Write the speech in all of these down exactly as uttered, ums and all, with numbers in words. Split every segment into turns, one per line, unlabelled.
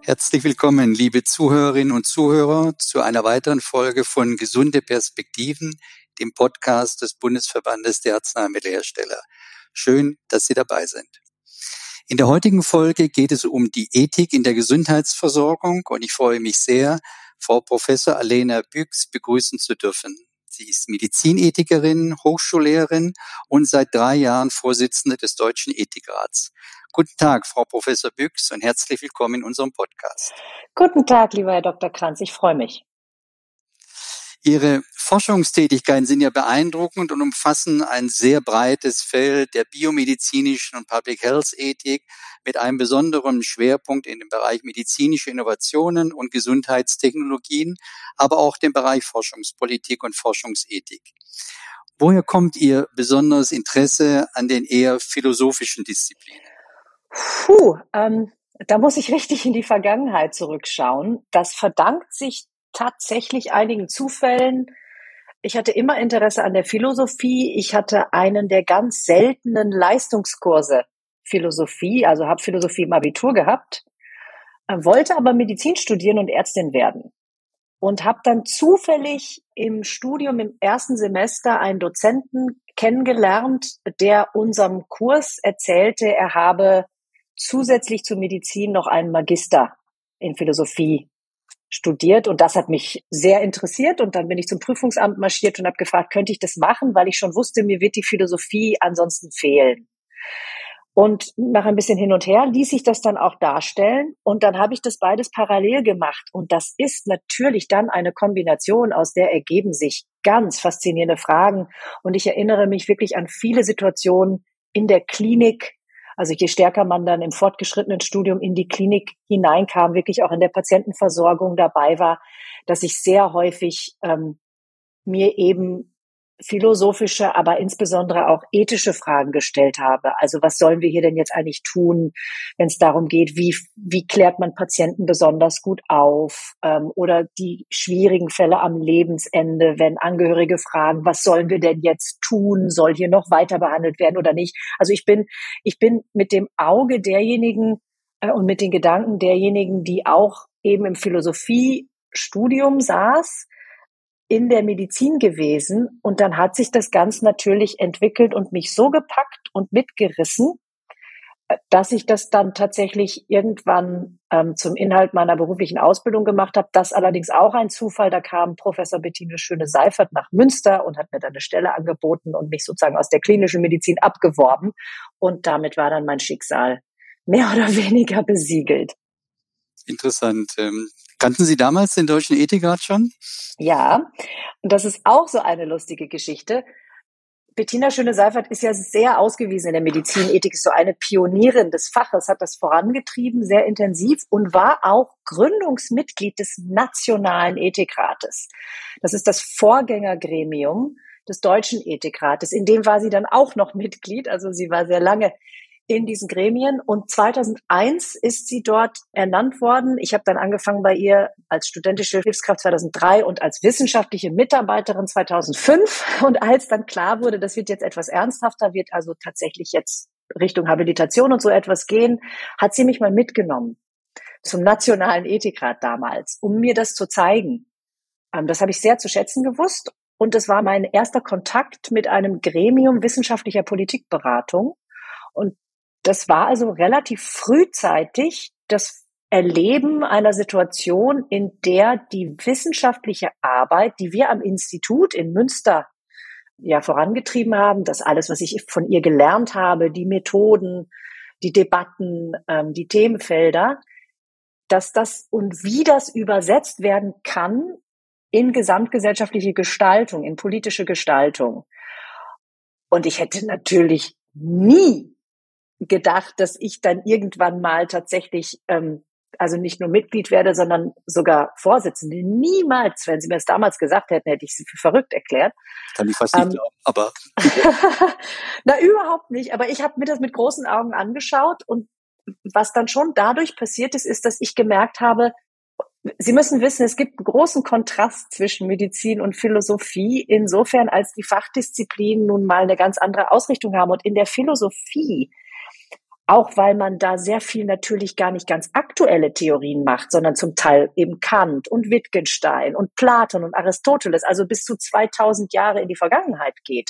Herzlich willkommen, liebe Zuhörerinnen und Zuhörer, zu einer weiteren Folge von Gesunde Perspektiven, dem Podcast des Bundesverbandes der Arzneimittelhersteller. Schön, dass Sie dabei sind. In der heutigen Folge geht es um die Ethik in der Gesundheitsversorgung und ich freue mich sehr, Frau Professor Alena Büchs begrüßen zu dürfen. Sie ist Medizinethikerin, Hochschullehrerin und seit drei Jahren Vorsitzende des Deutschen Ethikrats. Guten Tag, Frau Professor Büchs, und herzlich willkommen in unserem Podcast.
Guten Tag, lieber Herr Doktor Kranz, ich freue mich.
Ihre Forschungstätigkeiten sind ja beeindruckend und umfassen ein sehr breites Feld der biomedizinischen und Public Health Ethik mit einem besonderen Schwerpunkt in dem Bereich medizinische Innovationen und Gesundheitstechnologien, aber auch dem Bereich Forschungspolitik und Forschungsethik. Woher kommt Ihr besonderes Interesse an den eher philosophischen Disziplinen?
Puh, ähm, da muss ich richtig in die Vergangenheit zurückschauen. Das verdankt sich tatsächlich einigen Zufällen. Ich hatte immer Interesse an der Philosophie. Ich hatte einen der ganz seltenen Leistungskurse Philosophie, also habe Philosophie im Abitur gehabt, wollte aber Medizin studieren und Ärztin werden. Und habe dann zufällig im Studium im ersten Semester einen Dozenten kennengelernt, der unserem Kurs erzählte, er habe zusätzlich zur Medizin noch einen Magister in Philosophie studiert. Und das hat mich sehr interessiert. Und dann bin ich zum Prüfungsamt marschiert und habe gefragt, könnte ich das machen, weil ich schon wusste, mir wird die Philosophie ansonsten fehlen. Und nach ein bisschen hin und her ließ sich das dann auch darstellen. Und dann habe ich das beides parallel gemacht. Und das ist natürlich dann eine Kombination, aus der ergeben sich ganz faszinierende Fragen. Und ich erinnere mich wirklich an viele Situationen in der Klinik. Also je stärker man dann im fortgeschrittenen Studium in die Klinik hineinkam, wirklich auch in der Patientenversorgung dabei war, dass ich sehr häufig ähm, mir eben philosophische, aber insbesondere auch ethische Fragen gestellt habe. Also was sollen wir hier denn jetzt eigentlich tun, wenn es darum geht, wie wie klärt man Patienten besonders gut auf, ähm, oder die schwierigen Fälle am Lebensende, wenn Angehörige fragen, was sollen wir denn jetzt tun, soll hier noch weiter behandelt werden oder nicht. Also ich bin ich bin mit dem Auge derjenigen äh, und mit den Gedanken derjenigen, die auch eben im Philosophiestudium saß, in der Medizin gewesen, und dann hat sich das ganz natürlich entwickelt und mich so gepackt und mitgerissen, dass ich das dann tatsächlich irgendwann ähm, zum Inhalt meiner beruflichen Ausbildung gemacht habe. Das allerdings auch ein Zufall. Da kam Professor Bettine Schöne-Seifert nach Münster und hat mir dann eine Stelle angeboten und mich sozusagen aus der klinischen Medizin abgeworben. Und damit war dann mein Schicksal mehr oder weniger besiegelt.
Interessant. Ähm, kannten Sie damals den Deutschen Ethikrat schon?
Ja, und das ist auch so eine lustige Geschichte. Bettina Schöne-Seifert ist ja sehr ausgewiesen in der Medizinethik, ist so eine Pionierin des Faches, hat das vorangetrieben, sehr intensiv, und war auch Gründungsmitglied des Nationalen Ethikrates. Das ist das Vorgängergremium des Deutschen Ethikrates. In dem war sie dann auch noch Mitglied, also sie war sehr lange in diesen Gremien, und zweitausendeins ist sie dort ernannt worden. Ich habe dann angefangen bei ihr als studentische Hilfskraft zweitausenddrei und als wissenschaftliche Mitarbeiterin zweitausendfünf. Und als dann klar wurde, das wird jetzt etwas ernsthafter, wird also tatsächlich jetzt Richtung Habilitation und so etwas gehen, hat sie mich mal mitgenommen zum Nationalen Ethikrat damals, um mir das zu zeigen. Das habe ich sehr zu schätzen gewusst, und das war mein erster Kontakt mit einem Gremium wissenschaftlicher Politikberatung. Und das war also relativ frühzeitig das Erleben einer Situation, in der die wissenschaftliche Arbeit, die wir am Institut in Münster ja vorangetrieben haben, das alles, was ich von ihr gelernt habe, die Methoden, die Debatten, ähm, die Themenfelder, dass das und wie das übersetzt werden kann in gesamtgesellschaftliche Gestaltung, in politische Gestaltung. Und ich hätte natürlich nie gedacht, dass ich dann irgendwann mal tatsächlich, ähm, also nicht nur Mitglied werde, sondern sogar Vorsitzende. Niemals, wenn Sie mir das damals gesagt hätten, hätte ich Sie für verrückt erklärt.
Kann ich fast nicht ähm, glauben, aber...
Na, überhaupt nicht. Aber ich habe mir das mit großen Augen angeschaut, und was dann schon dadurch passiert ist, ist, dass ich gemerkt habe, Sie müssen wissen, es gibt einen großen Kontrast zwischen Medizin und Philosophie, insofern als die Fachdisziplinen nun mal eine ganz andere Ausrichtung haben. Und in der Philosophie Auch weil man da sehr viel natürlich gar nicht ganz aktuelle Theorien macht, sondern zum Teil eben Kant und Wittgenstein und Platon und Aristoteles, also bis zu zweitausend Jahre in die Vergangenheit geht,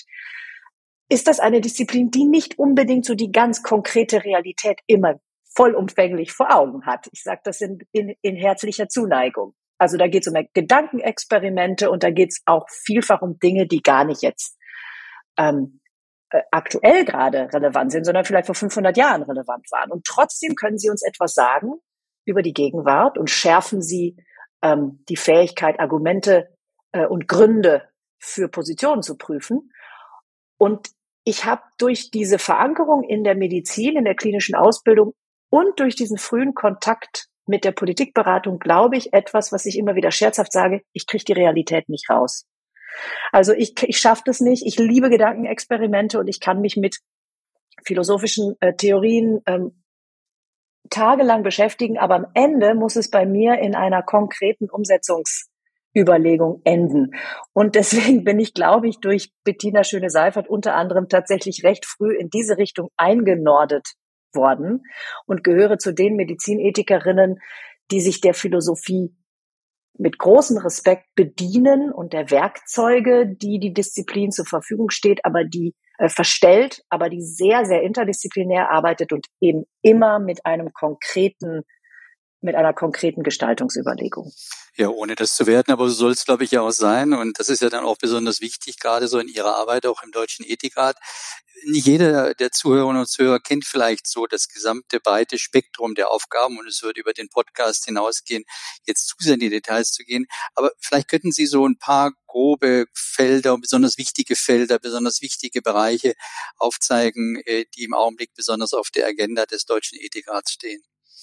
ist das eine Disziplin, die nicht unbedingt so die ganz konkrete Realität immer vollumfänglich vor Augen hat. Ich sage das in, in, in herzlicher Zuneigung. Also da geht es um Gedankenexperimente und da geht es auch vielfach um Dinge, die gar nicht jetzt ähm, aktuell gerade relevant sind, sondern vielleicht vor fünfhundert Jahren relevant waren. Und trotzdem können sie uns etwas sagen über die Gegenwart und schärfen sie ähm, die Fähigkeit, Argumente äh, und Gründe für Positionen zu prüfen. Und ich habe durch diese Verankerung in der Medizin, in der klinischen Ausbildung und durch diesen frühen Kontakt mit der Politikberatung, glaube ich, etwas, was ich immer wieder scherzhaft sage, ich kriege die Realität nicht raus. Also ich, ich schaffe das nicht. Ich liebe Gedankenexperimente und ich kann mich mit philosophischen äh, Theorien ähm, tagelang beschäftigen, aber am Ende muss es bei mir in einer konkreten Umsetzungsüberlegung enden. Und deswegen bin ich, glaube ich, durch Bettina Schöne-Seifert unter anderem tatsächlich recht früh in diese Richtung eingenordet worden und gehöre zu den Medizinethikerinnen, die sich der Philosophie mit großem Respekt bedienen und der Werkzeuge, die die Disziplin zur Verfügung steht, aber die äh, verstellt, aber die sehr, sehr interdisziplinär arbeitet und eben immer mit einem konkreten, mit einer konkreten Gestaltungsüberlegung.
Ja, ohne das zu werten, aber so soll es, glaube ich, ja auch sein. Und das ist ja dann auch besonders wichtig, gerade so in Ihrer Arbeit, auch im Deutschen Ethikrat. Nicht jeder der Zuhörerinnen und Zuhörer kennt vielleicht so das gesamte breite Spektrum der Aufgaben und es wird über den Podcast hinausgehen, jetzt zu sehr in die Details zu gehen. Aber vielleicht könnten Sie so ein paar grobe Felder, besonders wichtige Felder, besonders wichtige Bereiche aufzeigen, die im Augenblick besonders auf der Agenda des Deutschen Ethikrats stehen.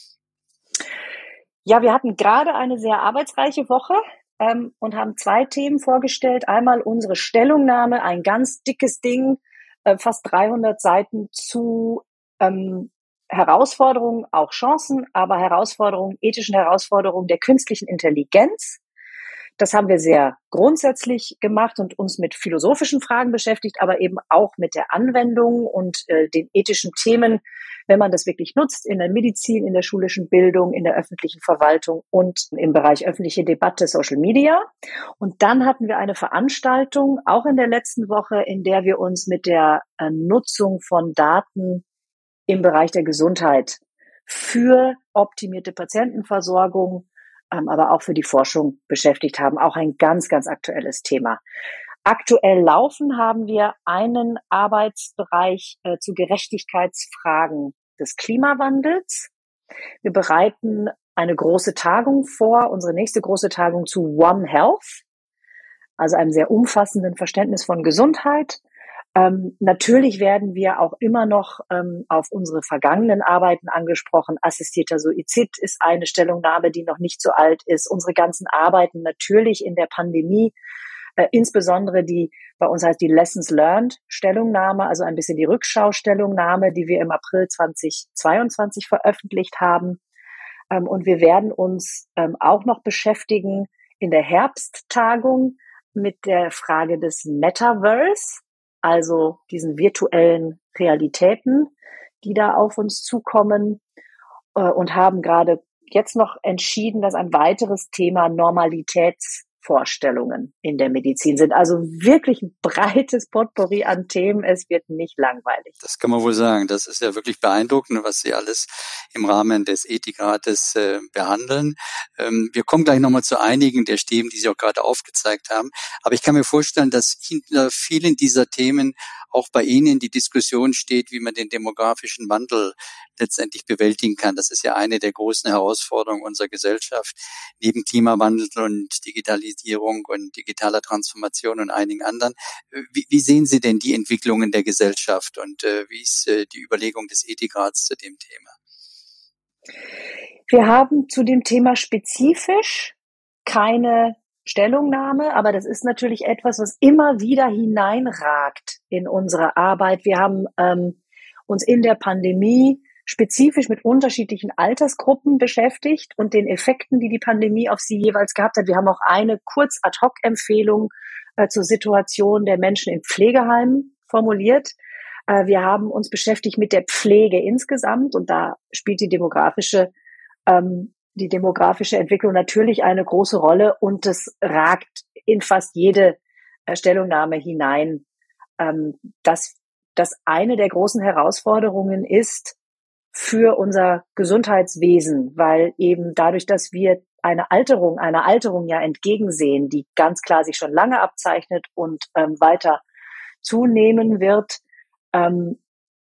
Ja, wir hatten gerade eine sehr arbeitsreiche Woche ähm, und haben zwei Themen vorgestellt. Einmal unsere Stellungnahme, ein ganz dickes Ding, äh, fast dreihundert Seiten zu ähm, Herausforderungen, auch Chancen, aber Herausforderungen, ethischen Herausforderungen der künstlichen Intelligenz. Das haben wir sehr grundsätzlich gemacht und uns mit philosophischen Fragen beschäftigt, aber eben auch mit der Anwendung und äh, den ethischen Themen, wenn man das wirklich nutzt, in der Medizin, in der schulischen Bildung, in der öffentlichen Verwaltung und im Bereich öffentliche Debatte, Social Media. Und dann hatten wir eine Veranstaltung, auch in der letzten Woche, in der wir uns mit der äh, Nutzung von Daten im Bereich der Gesundheit für optimierte Patientenversorgung, ähm, aber auch für die Forschung beschäftigt haben. Auch ein ganz, ganz aktuelles Thema. Aktuell laufen haben wir einen Arbeitsbereich äh, zu Gerechtigkeitsfragen des Klimawandels. Wir bereiten eine große Tagung vor, unsere nächste große Tagung zu One Health, also einem sehr umfassenden Verständnis von Gesundheit. Ähm, natürlich werden wir auch immer noch ähm, auf unsere vergangenen Arbeiten angesprochen. Assistierter Suizid ist eine Stellungnahme, die noch nicht so alt ist. Unsere ganzen Arbeiten natürlich in der Pandemie, Äh, insbesondere die, bei uns heißt die Lessons Learned Stellungnahme, also ein bisschen die Rückschau-Stellungnahme, die wir im April zweitausendzweiundzwanzig veröffentlicht haben. Ähm, und wir werden uns ähm, auch noch beschäftigen in der Herbsttagung mit der Frage des Metaverse, also diesen virtuellen Realitäten, die da auf uns zukommen, äh, und haben gerade jetzt noch entschieden, dass ein weiteres Thema Normalitäts Vorstellungen in der Medizin sind. Also wirklich ein breites Potpourri an Themen. Es wird nicht langweilig.
Das kann man wohl sagen. Das ist ja wirklich beeindruckend, was Sie alles im Rahmen des Ethikrates äh, behandeln. Ähm, wir kommen gleich nochmal zu einigen der Themen, die Sie auch gerade aufgezeigt haben. Aber ich kann mir vorstellen, dass hinter vielen dieser Themen auch bei Ihnen die Diskussion steht, wie man den demografischen Wandel letztendlich bewältigen kann. Das ist ja eine der großen Herausforderungen unserer Gesellschaft, neben Klimawandel und Digitalisierung und digitaler Transformation und einigen anderen. Wie, wie sehen Sie denn die Entwicklungen der Gesellschaft und äh, wie ist äh, die Überlegung des Ethikrats zu dem Thema?
Wir haben zu dem Thema spezifisch keine Stellungnahme, aber das ist natürlich etwas, was immer wieder hineinragt in unsere Arbeit. Wir haben ähm, uns in der Pandemie spezifisch mit unterschiedlichen Altersgruppen beschäftigt und den Effekten, die die Pandemie auf sie jeweils gehabt hat. Wir haben auch eine Kurz-Ad-Hoc-Empfehlung äh, zur Situation der Menschen in Pflegeheimen formuliert. Äh, wir haben uns beschäftigt mit der Pflege insgesamt und da spielt die demografische, ähm, die demografische Entwicklung natürlich eine große Rolle und das ragt in fast jede äh, Stellungnahme hinein, ähm, dass das eine der großen Herausforderungen ist für unser Gesundheitswesen, weil eben dadurch, dass wir eine Alterung, einer Alterung ja entgegensehen, die ganz klar sich schon lange abzeichnet und ähm, weiter zunehmen wird, ähm,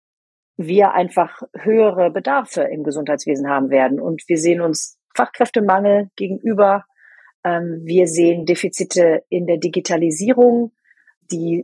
wir einfach höhere Bedarfe im Gesundheitswesen haben werden. Und wir sehen uns Fachkräftemangel gegenüber. Ähm, wir sehen Defizite in der Digitalisierung, die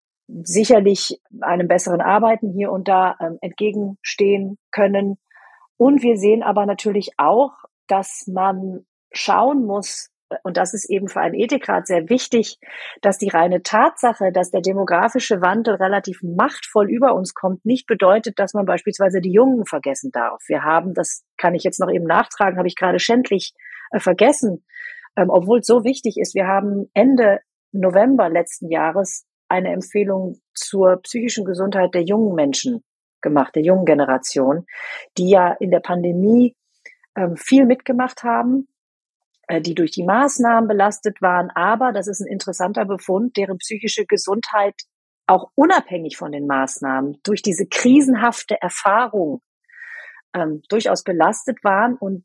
sicherlich einem besseren Arbeiten hier und da ähm, entgegenstehen können. Und wir sehen aber natürlich auch, dass man schauen muss, und das ist eben für einen Ethikrat sehr wichtig, dass die reine Tatsache, dass der demografische Wandel relativ machtvoll über uns kommt, nicht bedeutet, dass man beispielsweise die Jungen vergessen darf. Wir haben, das kann ich jetzt noch eben nachtragen, habe ich gerade schändlich äh, vergessen, ähm, obwohl es so wichtig ist. Wir haben Ende November letzten Jahres eine Empfehlung zur psychischen Gesundheit der jungen Menschen gemacht, der jungen Generation, die ja in der Pandemie ähm, viel mitgemacht haben, äh, die durch die Maßnahmen belastet waren, aber, das ist ein interessanter Befund, deren psychische Gesundheit auch unabhängig von den Maßnahmen durch diese krisenhafte Erfahrung ähm, durchaus belastet waren und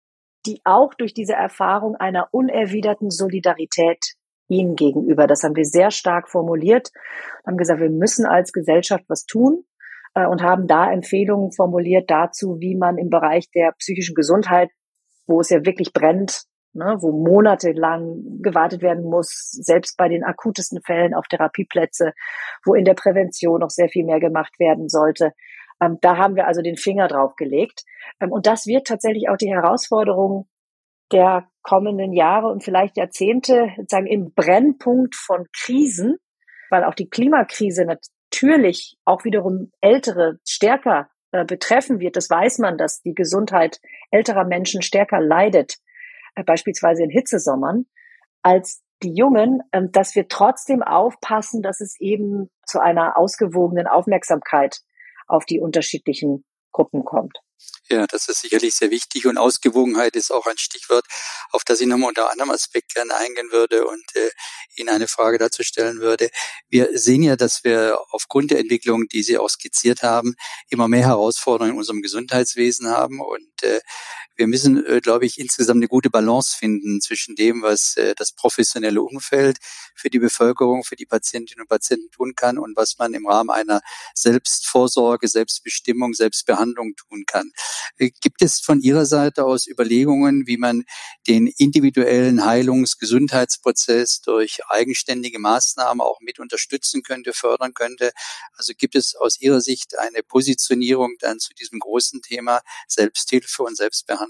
die auch durch diese Erfahrung einer unerwiderten Solidarität ihnen gegenüber. Das haben wir sehr stark formuliert, haben gesagt, wir müssen als Gesellschaft was tun äh, und haben da Empfehlungen formuliert dazu, wie man im Bereich der psychischen Gesundheit, wo es ja wirklich brennt, ne, wo monatelang gewartet werden muss, selbst bei den akutesten Fällen auf Therapieplätze, wo in der Prävention noch sehr viel mehr gemacht werden sollte. Ähm, da haben wir also den Finger drauf gelegt. Ähm, und das wird tatsächlich auch die Herausforderung der kommenden Jahre und vielleicht Jahrzehnte, sozusagen im Brennpunkt von Krisen, weil auch die Klimakrise natürlich auch wiederum Ältere stärker äh, betreffen wird. Das weiß man, dass die Gesundheit älterer Menschen stärker leidet, äh, beispielsweise in Hitzesommern, als die Jungen, äh, dass wir trotzdem aufpassen, dass es eben zu einer ausgewogenen Aufmerksamkeit auf die unterschiedlichen Gruppen kommt.
Ja, das ist sicherlich sehr wichtig und Ausgewogenheit ist auch ein Stichwort, auf das ich nochmal unter anderem Aspekt gerne eingehen würde und äh, Ihnen eine Frage dazu stellen würde. Wir sehen ja, dass wir aufgrund der Entwicklung, die Sie auch skizziert haben, immer mehr Herausforderungen in unserem Gesundheitswesen haben und äh, wir müssen, äh, glaube ich, insgesamt eine gute Balance finden zwischen dem, was äh, das professionelle Umfeld für die Bevölkerung, für die Patientinnen und Patienten tun kann und was man im Rahmen einer Selbstvorsorge, Selbstbestimmung, Selbstbehandlung tun kann. Äh, gibt es von Ihrer Seite aus Überlegungen, wie man den individuellen Heilungs-, Gesundheitsprozess durch eigenständige Maßnahmen auch mit unterstützen könnte, fördern könnte? Also gibt es aus Ihrer Sicht eine Positionierung dann zu diesem großen Thema Selbsthilfe und Selbstbehandlung?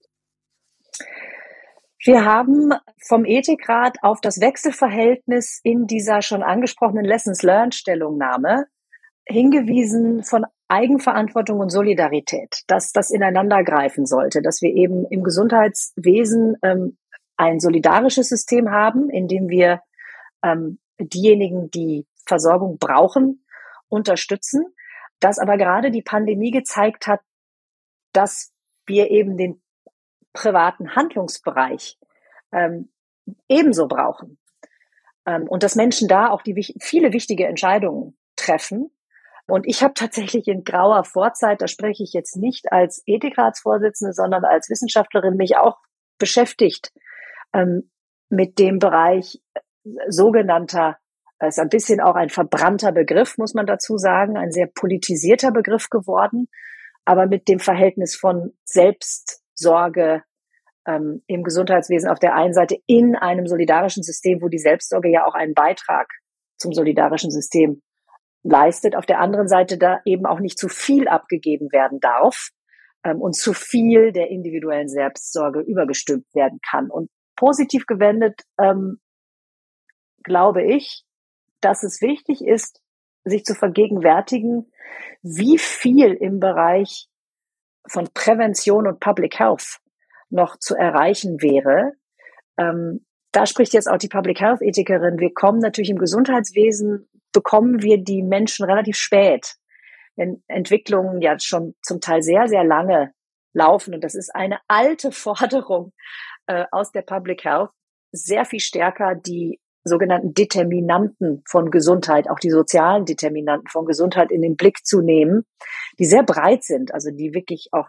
Wir haben vom Ethikrat auf das Wechselverhältnis in dieser schon angesprochenen Lessons-Learned-Stellungnahme hingewiesen von Eigenverantwortung und Solidarität, dass das ineinander greifen sollte, dass wir eben im Gesundheitswesen ähm, ein solidarisches System haben, in dem wir ähm, diejenigen, die Versorgung brauchen, unterstützen, dass aber gerade die Pandemie gezeigt hat, dass wir eben den privaten Handlungsbereich ähm, ebenso brauchen. Ähm, und dass Menschen da auch die viele wichtige Entscheidungen treffen. Und ich habe tatsächlich in grauer Vorzeit, da spreche ich jetzt nicht als Ethikratsvorsitzende, sondern als Wissenschaftlerin, mich auch beschäftigt ähm, mit dem Bereich sogenannter, ist ein bisschen auch ein verbrannter Begriff, muss man dazu sagen, ein sehr politisierter Begriff geworden, aber mit dem Verhältnis von Selbstsorge ähm, im Gesundheitswesen auf der einen Seite in einem solidarischen System, wo die Selbstsorge ja auch einen Beitrag zum solidarischen System leistet, auf der anderen Seite da eben auch nicht zu viel abgegeben werden darf ähm, und zu viel der individuellen Selbstsorge übergestülpt werden kann. Und positiv gewendet ähm, glaube ich, dass es wichtig ist, sich zu vergegenwärtigen, wie viel im Bereich von Prävention und Public Health noch zu erreichen wäre. Ähm, da spricht jetzt auch die Public Health Ethikerin. Wir kommen natürlich im Gesundheitswesen bekommen wir die Menschen relativ spät, wenn Entwicklungen ja schon zum Teil sehr, sehr lange laufen. Und das ist eine alte Forderung äh, aus der Public Health, sehr viel stärker die sogenannten Determinanten von Gesundheit, auch die sozialen Determinanten von Gesundheit in den Blick zu nehmen, die sehr breit sind, also die wirklich auch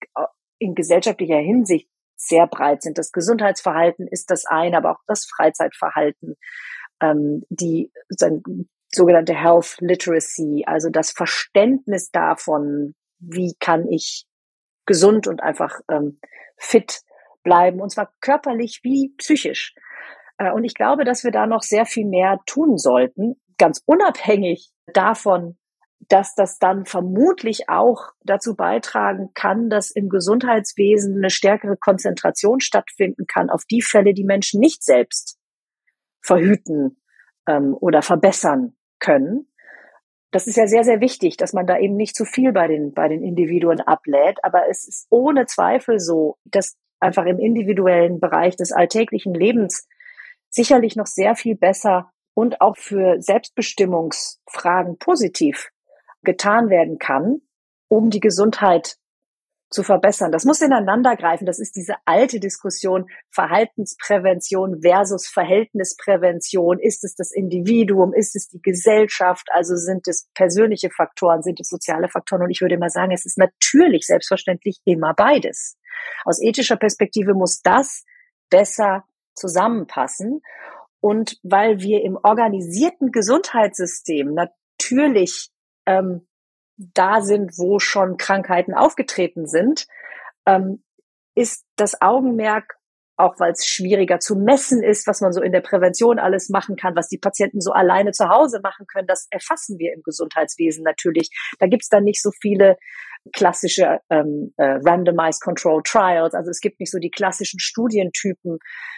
in gesellschaftlicher Hinsicht sehr breit sind. Das Gesundheitsverhalten ist das eine, aber auch das Freizeitverhalten, ähm, die sogenannte Health Literacy, also das Verständnis davon, wie kann ich gesund und einfach ähm, fit bleiben, und zwar körperlich wie psychisch. Äh, und ich glaube, dass wir da noch sehr viel mehr tun sollten, ganz unabhängig davon, dass das dann vermutlich auch dazu beitragen kann, dass im Gesundheitswesen eine stärkere Konzentration stattfinden kann auf die Fälle, die Menschen nicht selbst verhüten ähm, oder verbessern können. Das ist ja sehr, sehr wichtig, dass man da eben nicht zu viel bei den, bei den Individuen ablädt. Aber es ist ohne Zweifel so, dass einfach im individuellen Bereich des alltäglichen Lebens sicherlich noch sehr viel besser und auch für Selbstbestimmungsfragen positiv getan werden kann, um die Gesundheit zu verbessern. Das muss ineinander greifen. Das ist diese alte Diskussion Verhaltensprävention versus Verhältnisprävention. Ist es das Individuum? Ist es die Gesellschaft? Also sind es persönliche Faktoren? Sind es soziale Faktoren? Und ich würde mal sagen, es ist natürlich selbstverständlich immer beides. Aus ethischer Perspektive muss das besser zusammenpassen. Und weil wir im organisierten Gesundheitssystem natürlich ähm, da sind, wo schon Krankheiten aufgetreten sind, ähm, ist das Augenmerk, auch weil es schwieriger zu messen ist, was man so in der Prävention alles machen kann, was die Patienten so alleine zu Hause machen können, das erfassen wir im Gesundheitswesen natürlich. Da gibt's dann nicht so viele klassische ähm, äh, Randomized Controlled Trials, also es gibt nicht so die klassischen Studientypen.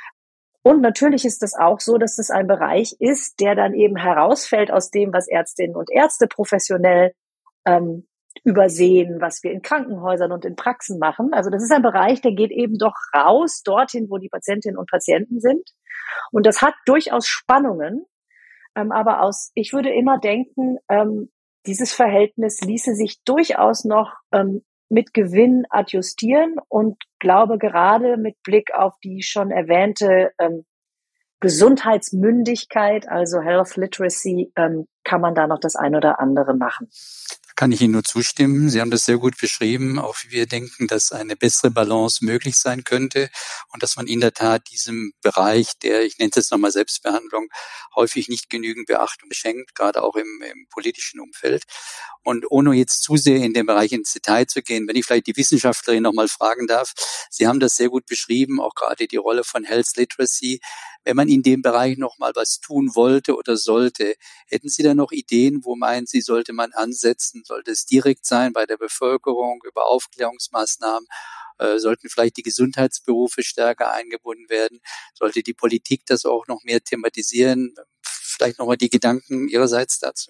Und natürlich ist das auch so, dass das ein Bereich ist, der dann eben herausfällt aus dem, was Ärztinnen und Ärzte professionell ähm, übersehen, was wir in Krankenhäusern und in Praxen machen. Also das ist ein Bereich, der geht eben doch raus dorthin, wo die Patientinnen und Patienten sind. Und das hat durchaus Spannungen. Ähm, aber aus, ich würde immer denken, ähm, dieses Verhältnis ließe sich durchaus noch ähm, mit Gewinn adjustieren und glaube gerade mit Blick auf die schon erwähnte ähm, Gesundheitsmündigkeit, also Health Literacy, ähm, kann man da noch das ein oder andere machen.
Kann ich Ihnen nur zustimmen. Sie haben das sehr gut beschrieben, auch wie wir denken, dass eine bessere Balance möglich sein könnte und dass man in der Tat diesem Bereich der, ich nenne es jetzt nochmal Selbstbehandlung, häufig nicht genügend Beachtung schenkt, gerade auch im, im politischen Umfeld. Und ohne jetzt zu sehr in den Bereich ins Detail zu gehen, wenn ich vielleicht die Wissenschaftlerin nochmal fragen darf, Sie haben das sehr gut beschrieben, auch gerade die Rolle von Health Literacy. Wenn man in dem Bereich nochmal was tun wollte oder sollte, hätten Sie da noch Ideen, wo meinen Sie, sollte man ansetzen? Sollte es direkt sein bei der Bevölkerung über Aufklärungsmaßnahmen? Äh, sollten vielleicht die Gesundheitsberufe stärker eingebunden werden? Sollte die Politik das auch noch mehr thematisieren? Vielleicht nochmal die Gedanken Ihrerseits dazu.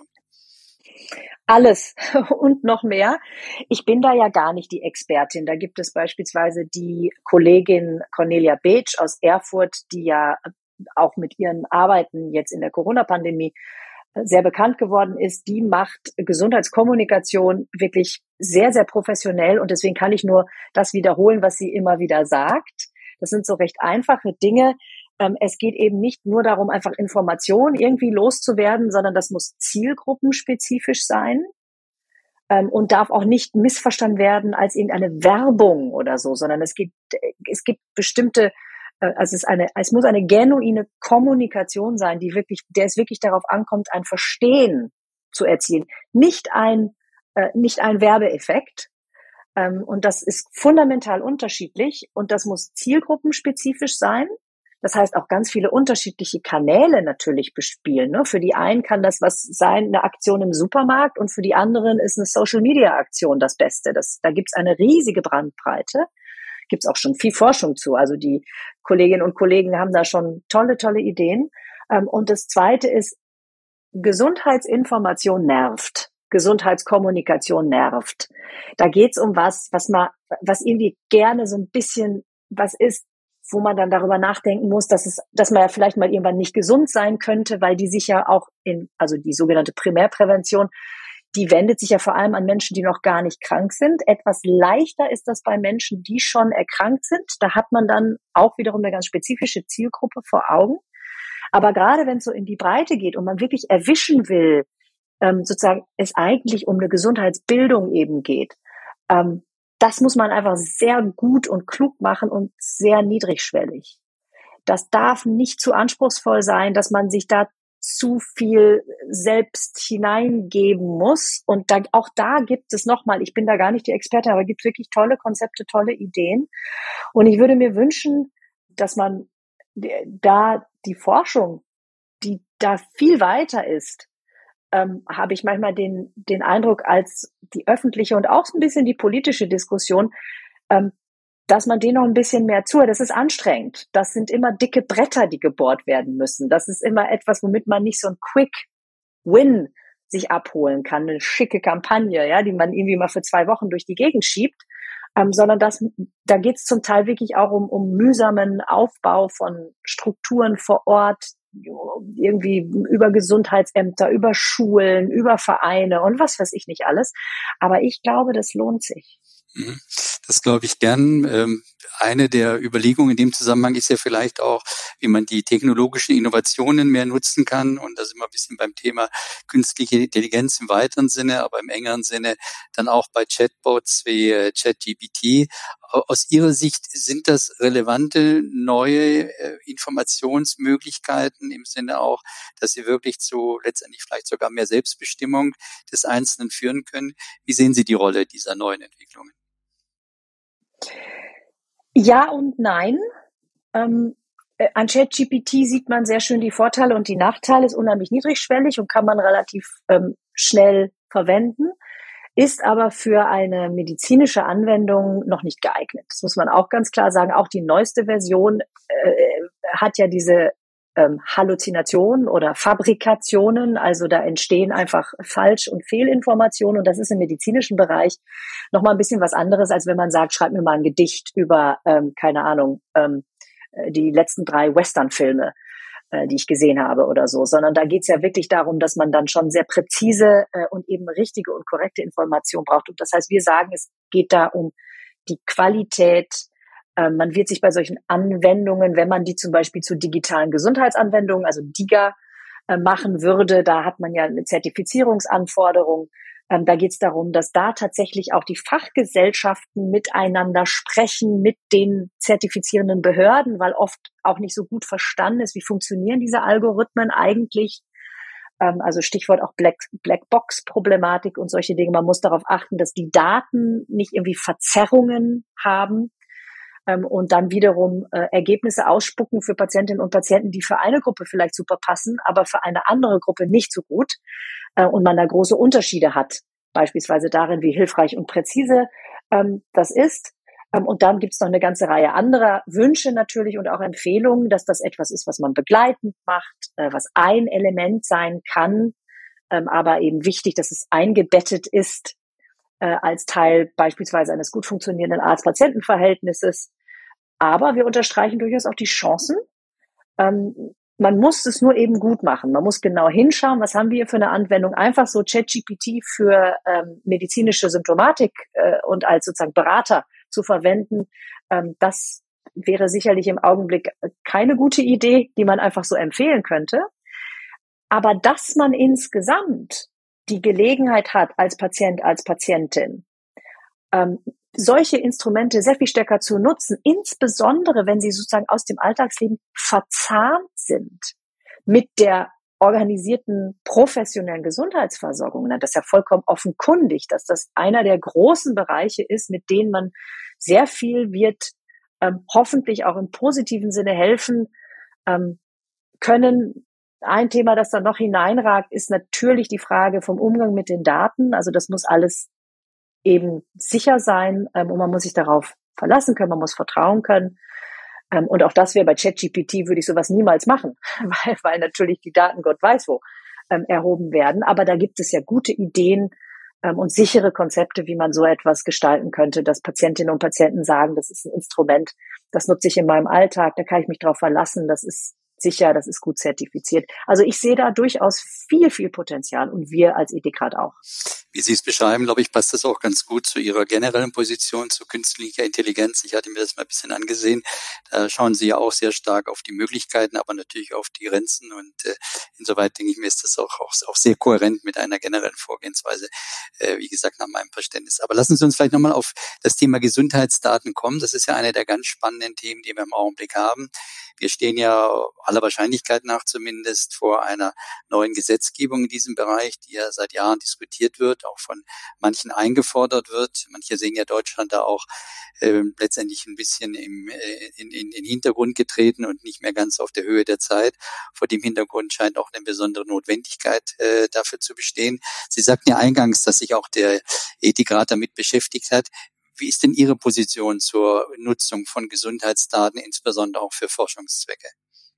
Alles und noch mehr. Ich bin da ja gar nicht die Expertin. Da gibt es beispielsweise die Kollegin Cornelia Beetsch aus Erfurt, die ja auch mit ihren Arbeiten jetzt in der Corona-Pandemie sehr bekannt geworden ist. Die macht Gesundheitskommunikation wirklich sehr, sehr professionell. Und deswegen kann ich nur das wiederholen, was sie immer wieder sagt. Das sind so recht einfache Dinge. Es geht eben nicht nur darum, einfach Informationen irgendwie loszuwerden, sondern das muss zielgruppenspezifisch sein ähm, und darf auch nicht missverstanden werden als irgendeine Werbung oder so, sondern es gibt, es gibt bestimmte, äh, also es ist eine, es muss eine genuine Kommunikation sein, die wirklich, der es wirklich darauf ankommt, ein Verstehen zu erzielen, nicht ein, äh, nicht ein Werbeeffekt. Ähm, und das ist fundamental unterschiedlich und das muss zielgruppenspezifisch sein. Das heißt auch ganz viele unterschiedliche Kanäle natürlich bespielen. Ne? Für die einen kann das was sein, eine Aktion im Supermarkt, und für die anderen ist eine Social-Media-Aktion das Beste. Das, da gibt's eine riesige Bandbreite. Gibt's auch schon viel Forschung zu. Also die Kolleginnen und Kollegen haben da schon tolle, tolle Ideen. Und das Zweite ist, Gesundheitsinformation nervt. Gesundheitskommunikation nervt. Da geht's um was, was man, was irgendwie gerne so ein bisschen was ist, wo man dann darüber nachdenken muss, dass es, dass man ja vielleicht mal irgendwann nicht gesund sein könnte, weil die sich ja auch in, also die sogenannte Primärprävention, die wendet sich ja vor allem an Menschen, die noch gar nicht krank sind. Etwas leichter ist das bei Menschen, die schon erkrankt sind. Da hat man dann auch wiederum eine ganz spezifische Zielgruppe vor Augen. Aber gerade wenn es so in die Breite geht und man wirklich erwischen will, ähm, sozusagen es eigentlich um eine Gesundheitsbildung eben geht, ähm, das muss man einfach sehr gut und klug machen und sehr niedrigschwellig. Das darf nicht zu anspruchsvoll sein, dass man sich da zu viel selbst hineingeben muss. Und da, auch da gibt es nochmal, ich bin da gar nicht die Expertin, aber es gibt wirklich tolle Konzepte, tolle Ideen. Und ich würde mir wünschen, dass man da die Forschung, die da viel weiter ist, ähm, habe ich manchmal den, den Eindruck, als die öffentliche und auch so ein bisschen die politische Diskussion, ähm, dass man denen noch ein bisschen mehr zuhört. Das ist anstrengend. Das sind immer dicke Bretter, die gebohrt werden müssen. Das ist immer etwas, womit man nicht so ein Quick Win sich abholen kann, eine schicke Kampagne, ja, die man irgendwie mal für zwei Wochen durch die Gegend schiebt, ähm, sondern das, da geht es zum Teil wirklich auch um, um mühsamen Aufbau von Strukturen vor Ort, irgendwie über Gesundheitsämter, über Schulen, über Vereine und was weiß ich nicht alles. Aber ich glaube, das lohnt sich.
Das glaube ich gern. Ähm, eine der Überlegungen in dem Zusammenhang ist ja vielleicht auch, wie man die technologischen Innovationen mehr nutzen kann. Und da sind wir ein bisschen beim Thema künstliche Intelligenz im weiteren Sinne, aber im engeren Sinne dann auch bei Chatbots wie äh, ChatGPT. Aus Ihrer Sicht sind das relevante neue äh, Informationsmöglichkeiten im Sinne auch, dass sie wirklich zu letztendlich vielleicht sogar mehr Selbstbestimmung des Einzelnen führen können? Wie sehen Sie die Rolle dieser neuen Entwicklungen?
Ja und nein. Ähm, an ChatGPT sieht man sehr schön die Vorteile und die Nachteile, ist unheimlich niedrigschwellig und kann man relativ ähm, schnell verwenden, ist aber für eine medizinische Anwendung noch nicht geeignet. Das muss man auch ganz klar sagen. Auch die neueste Version äh, hat ja diese ähm, Halluzinationen oder Fabrikationen, also da entstehen einfach Falsch- und Fehlinformationen und das ist im medizinischen Bereich nochmal ein bisschen was anderes, als wenn man sagt, schreib mir mal ein Gedicht über, ähm, keine Ahnung, ähm, die letzten drei Western-Filme, äh, die ich gesehen habe oder so, sondern da geht's ja wirklich darum, dass man dann schon sehr präzise äh, und eben richtige und korrekte Information braucht. Und das heißt, wir sagen, es geht da um die Qualität. Ähm, man wird sich bei solchen Anwendungen, wenn man die zum Beispiel zu digitalen Gesundheitsanwendungen, also DIGA, äh, machen würde, da hat man ja eine Zertifizierungsanforderung. Ähm, da geht es darum, dass da tatsächlich auch die Fachgesellschaften miteinander sprechen mit den zertifizierenden Behörden, weil oft auch nicht so gut verstanden ist, wie funktionieren diese Algorithmen eigentlich. Ähm, also Stichwort auch Black, Blackbox-Problematik und solche Dinge. Man muss darauf achten, dass die Daten nicht irgendwie Verzerrungen haben ähm, und dann wiederum äh, Ergebnisse ausspucken für Patientinnen und Patienten, die für eine Gruppe vielleicht super passen, aber für eine andere Gruppe nicht so gut. Und man da große Unterschiede hat, beispielsweise darin, wie hilfreich und präzise ähm, das ist. Ähm, und dann gibt es noch eine ganze Reihe anderer Wünsche natürlich und auch Empfehlungen, dass das etwas ist, was man begleitend macht, äh, was ein Element sein kann, ähm, aber eben wichtig, dass es eingebettet ist äh, als Teil beispielsweise eines gut funktionierenden Arzt-Patienten-Verhältnisses. Aber wir unterstreichen durchaus auch die Chancen. Ähm, Man muss es nur eben gut machen. Man muss genau hinschauen, was haben wir hier für eine Anwendung. Einfach so ChatGPT für ähm, medizinische Symptomatik äh, und als sozusagen Berater zu verwenden, ähm, das wäre sicherlich im Augenblick keine gute Idee, die man einfach so empfehlen könnte. Aber dass man insgesamt die Gelegenheit hat, als Patient, als Patientin, ähm, solche Instrumente sehr viel stärker zu nutzen, insbesondere wenn sie sozusagen aus dem Alltagsleben verzahnt sind mit der organisierten professionellen Gesundheitsversorgung. Das ist ja vollkommen offenkundig, dass das einer der großen Bereiche ist, mit denen man sehr viel wird ähm, hoffentlich auch im positiven Sinne helfen ähm, können. Ein Thema, das da noch hineinragt, ist natürlich die Frage vom Umgang mit den Daten. Also das muss alles eben sicher sein ähm, und man muss sich darauf verlassen können, man muss vertrauen können. Ähm, und auch das wäre bei ChatGPT, würde ich sowas niemals machen, weil, weil natürlich die Daten Gott weiß wo ähm, erhoben werden. Aber da gibt es ja gute Ideen, ähm, und sichere Konzepte, wie man so etwas gestalten könnte, dass Patientinnen und Patienten sagen, das ist ein Instrument, das nutze ich in meinem Alltag, da kann ich mich drauf verlassen, das ist sicher, das ist gut zertifiziert. Also ich sehe da durchaus viel, viel Potenzial und wir als Ethikrat auch.
Wie Sie es beschreiben, glaube ich, passt das auch ganz gut zu Ihrer generellen Position zu künstlicher Intelligenz. Ich hatte mir das mal ein bisschen angesehen. Da schauen Sie ja auch sehr stark auf die Möglichkeiten, aber natürlich auf die Grenzen. Und äh, insoweit denke ich mir, ist das auch, auch, auch sehr kohärent mit einer generellen Vorgehensweise, äh, wie gesagt, nach meinem Verständnis. Aber lassen Sie uns vielleicht nochmal auf das Thema Gesundheitsdaten kommen. Das ist ja eine der ganz spannenden Themen, die wir im Augenblick haben. Wir stehen ja aller Wahrscheinlichkeit nach zumindest vor einer neuen Gesetzgebung in diesem Bereich, die ja seit Jahren diskutiert wird, auch von manchen eingefordert wird. Manche sehen ja Deutschland da auch äh, letztendlich ein bisschen im, äh, in, in den Hintergrund getreten und nicht mehr ganz auf der Höhe der Zeit. Vor dem Hintergrund scheint auch eine besondere Notwendigkeit äh, dafür zu bestehen. Sie sagten ja eingangs, dass sich auch der Ethikrat damit beschäftigt hat. Wie ist denn Ihre Position zur Nutzung von Gesundheitsdaten, insbesondere auch für Forschungszwecke?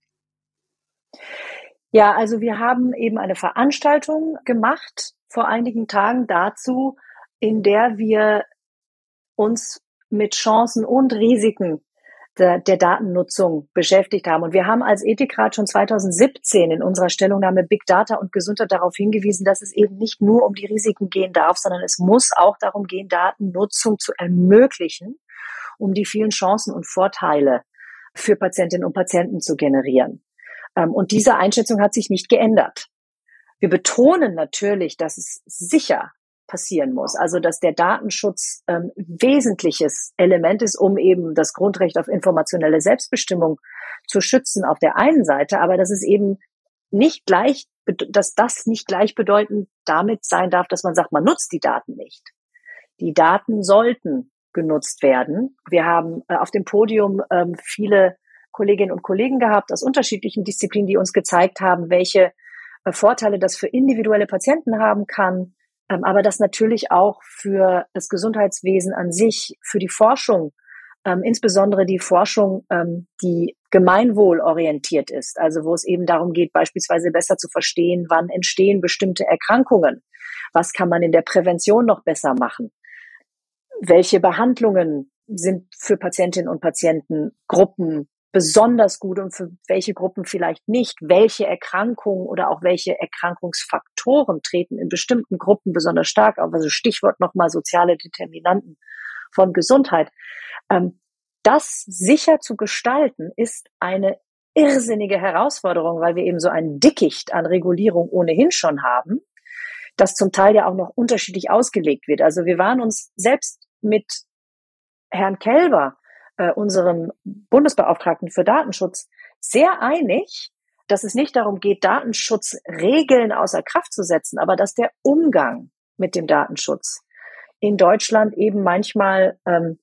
Ja, also wir haben eben eine Veranstaltung gemacht vor einigen Tagen dazu, in der wir uns mit Chancen und Risiken der, der Datennutzung beschäftigt haben. Und wir haben als Ethikrat schon zweitausendsiebzehn in unserer Stellungnahme Big Data und Gesundheit darauf hingewiesen, dass es eben nicht nur um die Risiken gehen darf, sondern es muss auch darum gehen, Datennutzung zu ermöglichen, um die vielen Chancen und Vorteile für Patientinnen und Patienten zu generieren. Und diese Einschätzung hat sich nicht geändert. Wir betonen natürlich, dass es sicher passieren muss, also dass der Datenschutz ähm, wesentliches Element ist, um eben das Grundrecht auf informationelle Selbstbestimmung zu schützen auf der einen Seite, aber dass es eben nicht gleich, dass das nicht gleichbedeutend damit sein darf, dass man sagt, man nutzt die Daten nicht. Die Daten sollten genutzt werden. Wir haben äh, auf dem Podium ähm, viele Kolleginnen und Kollegen gehabt aus unterschiedlichen Disziplinen, die uns gezeigt haben, welche äh, Vorteile das für individuelle Patienten haben kann, ähm, aber das natürlich auch für das Gesundheitswesen an sich, für die Forschung, ähm, insbesondere die Forschung, ähm, die gemeinwohlorientiert ist, also wo es eben darum geht, beispielsweise besser zu verstehen, wann entstehen bestimmte Erkrankungen, was kann man in der Prävention noch besser machen, welche Behandlungen sind für Patientinnen und Patientengruppen besonders gut und für welche Gruppen vielleicht nicht, welche Erkrankungen oder auch welche Erkrankungsfaktoren treten in bestimmten Gruppen besonders stark auf, also Stichwort nochmal soziale Determinanten von Gesundheit. Das sicher zu gestalten, ist eine irrsinnige Herausforderung, weil wir eben so ein Dickicht an Regulierung ohnehin schon haben, das zum Teil ja auch noch unterschiedlich ausgelegt wird. Also wir waren uns selbst mit Herrn Kelber, äh, unserem Bundesbeauftragten für Datenschutz, sehr einig, dass es nicht darum geht, Datenschutzregeln außer Kraft zu setzen, aber dass der Umgang mit dem Datenschutz in Deutschland eben manchmal ähm,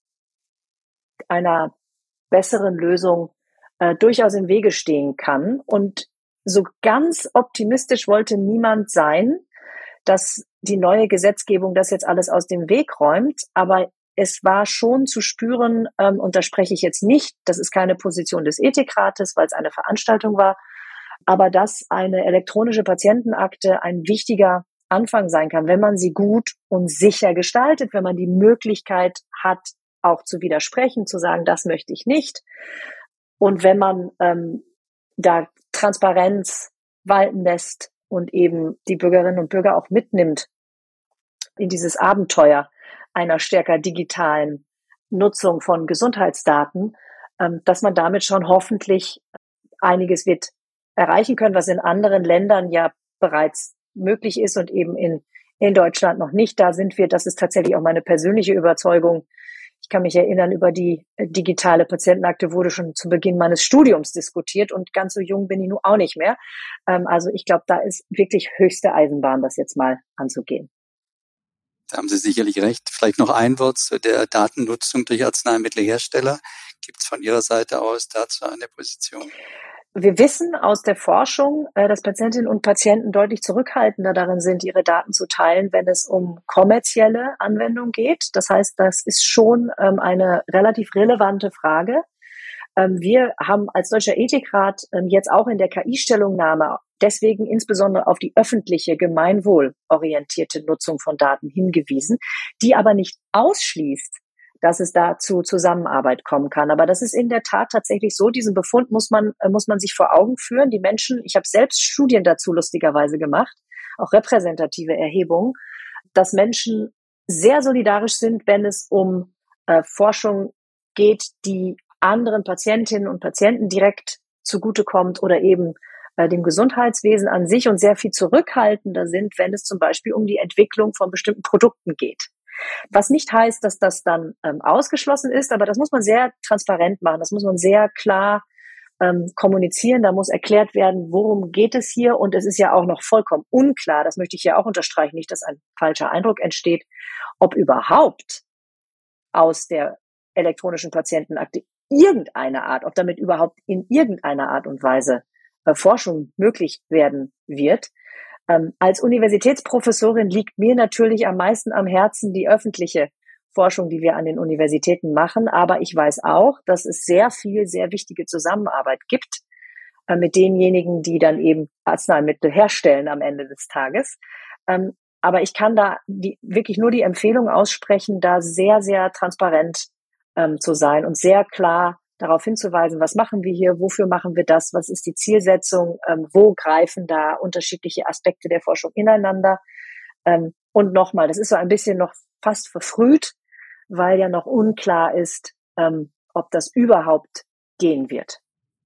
einer besseren Lösung äh, durchaus im Wege stehen kann. Und so ganz optimistisch wollte niemand sein, dass die neue Gesetzgebung das jetzt alles aus dem Weg räumt. Aber es war schon zu spüren, ähm, und da spreche ich jetzt nicht, das ist keine Position des Ethikrates, weil es eine Veranstaltung war, aber dass eine elektronische Patientenakte ein wichtiger Anfang sein kann, wenn man sie gut und sicher gestaltet, wenn man die Möglichkeit hat, auch zu widersprechen, zu sagen, das möchte ich nicht. Und wenn man ähm, da Transparenz walten lässt und eben die Bürgerinnen und Bürger auch mitnimmt in dieses Abenteuer einer stärker digitalen Nutzung von Gesundheitsdaten, ähm, dass man damit schon hoffentlich einiges wird erreichen können, was in anderen Ländern ja bereits möglich ist und eben in, in Deutschland noch nicht. Da sind wir, das ist tatsächlich auch meine persönliche Überzeugung. Ich kann mich erinnern, über die digitale Patientenakte wurde schon zu Beginn meines Studiums diskutiert und ganz so jung bin ich nun auch nicht mehr. Ähm, also ich glaube, da ist wirklich höchste Eisenbahn, das jetzt mal anzugehen.
Da haben Sie sicherlich recht. Vielleicht noch ein Wort zu der Datennutzung durch Arzneimittelhersteller. Gibt es von Ihrer Seite aus dazu eine Position?
Wir wissen aus der Forschung, dass Patientinnen und Patienten deutlich zurückhaltender darin sind, ihre Daten zu teilen, wenn es um kommerzielle Anwendung geht. Das heißt, das ist schon eine relativ relevante Frage. Ähm, wir haben als Deutscher Ethikrat ähm, jetzt auch in der K I-Stellungnahme deswegen insbesondere auf die öffentliche, gemeinwohlorientierte Nutzung von Daten hingewiesen, die aber nicht ausschließt, dass es da zu Zusammenarbeit kommen kann. Aber das ist in der Tat tatsächlich so. Diesen Befund muss man, muss man sich vor Augen führen. Die Menschen, ich habe selbst Studien dazu lustigerweise gemacht, auch repräsentative Erhebungen, dass Menschen sehr solidarisch sind, wenn es um äh, Forschung geht, die anderen Patientinnen und Patienten direkt zugutekommt oder eben äh, dem Gesundheitswesen an sich, und sehr viel zurückhaltender sind, wenn es zum Beispiel um die Entwicklung von bestimmten Produkten geht. Was nicht heißt, dass das dann ähm, ausgeschlossen ist, aber das muss man sehr transparent machen, das muss man sehr klar ähm, kommunizieren, da muss erklärt werden, worum geht es hier, und es ist ja auch noch vollkommen unklar, das möchte ich ja auch unterstreichen, nicht, dass ein falscher Eindruck entsteht, ob überhaupt aus der elektronischen Patientenakte irgendeine Art, ob damit überhaupt in irgendeiner Art und Weise äh, Forschung möglich werden wird. Ähm, als Universitätsprofessorin liegt mir natürlich am meisten am Herzen die öffentliche Forschung, die wir an den Universitäten machen. Aber ich weiß auch, dass es sehr viel, sehr wichtige Zusammenarbeit gibt äh, mit denjenigen, die dann eben Arzneimittel herstellen am Ende des Tages. Ähm, aber ich kann da die, wirklich nur die Empfehlung aussprechen, da sehr, sehr transparent ähm, zu sein und sehr klar darauf hinzuweisen, was machen wir hier, wofür machen wir das, was ist die Zielsetzung, ähm, wo greifen da unterschiedliche Aspekte der Forschung ineinander. Ähm, und nochmal, das ist so ein bisschen noch fast verfrüht, weil ja noch unklar ist, ähm, ob das überhaupt gehen wird.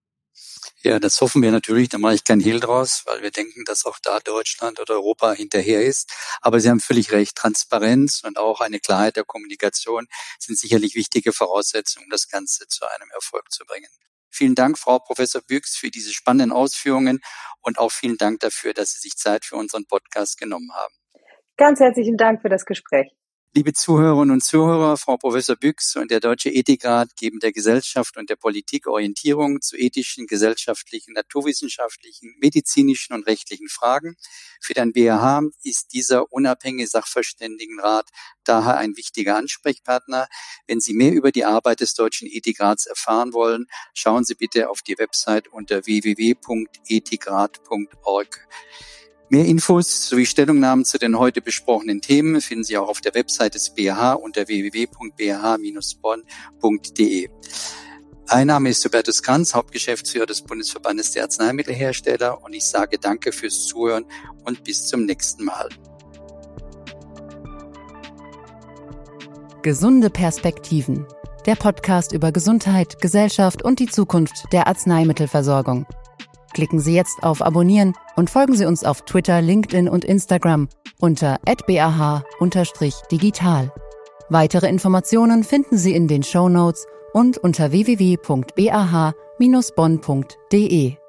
Ja, das hoffen wir natürlich, da mache ich keinen Hehl draus, weil wir denken, dass auch da Deutschland oder Europa hinterher ist. Aber Sie haben völlig recht, Transparenz und auch eine Klarheit der Kommunikation sind sicherlich wichtige Voraussetzungen, um das Ganze zu einem Erfolg zu bringen. Vielen Dank, Frau Professor Büchs, für diese spannenden Ausführungen und auch vielen Dank dafür, dass Sie sich Zeit für unseren Podcast genommen haben.
Ganz herzlichen Dank für das Gespräch.
Liebe Zuhörerinnen und Zuhörer, Frau Professor Büchs und der Deutsche Ethikrat geben der Gesellschaft und der Politik Orientierung zu ethischen, gesellschaftlichen, naturwissenschaftlichen, medizinischen und rechtlichen Fragen. Für den B A H ist dieser unabhängige Sachverständigenrat daher ein wichtiger Ansprechpartner. Wenn Sie mehr über die Arbeit des Deutschen Ethikrats erfahren wollen, schauen Sie bitte auf die Website unter w w w punkt ethikrat punkt org. Mehr Infos sowie Stellungnahmen zu den heute besprochenen Themen finden Sie auch auf der Website des B A H unter w w w punkt b a h dash bonn punkt d e. Mein Name ist Hubertus Kranz, Hauptgeschäftsführer des Bundesverbandes der Arzneimittelhersteller, und ich sage danke fürs Zuhören und bis zum nächsten Mal.
Gesunde Perspektiven. Der Podcast über Gesundheit, Gesellschaft und die Zukunft der Arzneimittelversorgung. Klicken Sie jetzt auf Abonnieren und folgen Sie uns auf Twitter, LinkedIn und Instagram unter at b a h digital. Weitere Informationen finden Sie in den Shownotes und unter w w w punkt b a h dash bonn punkt d e.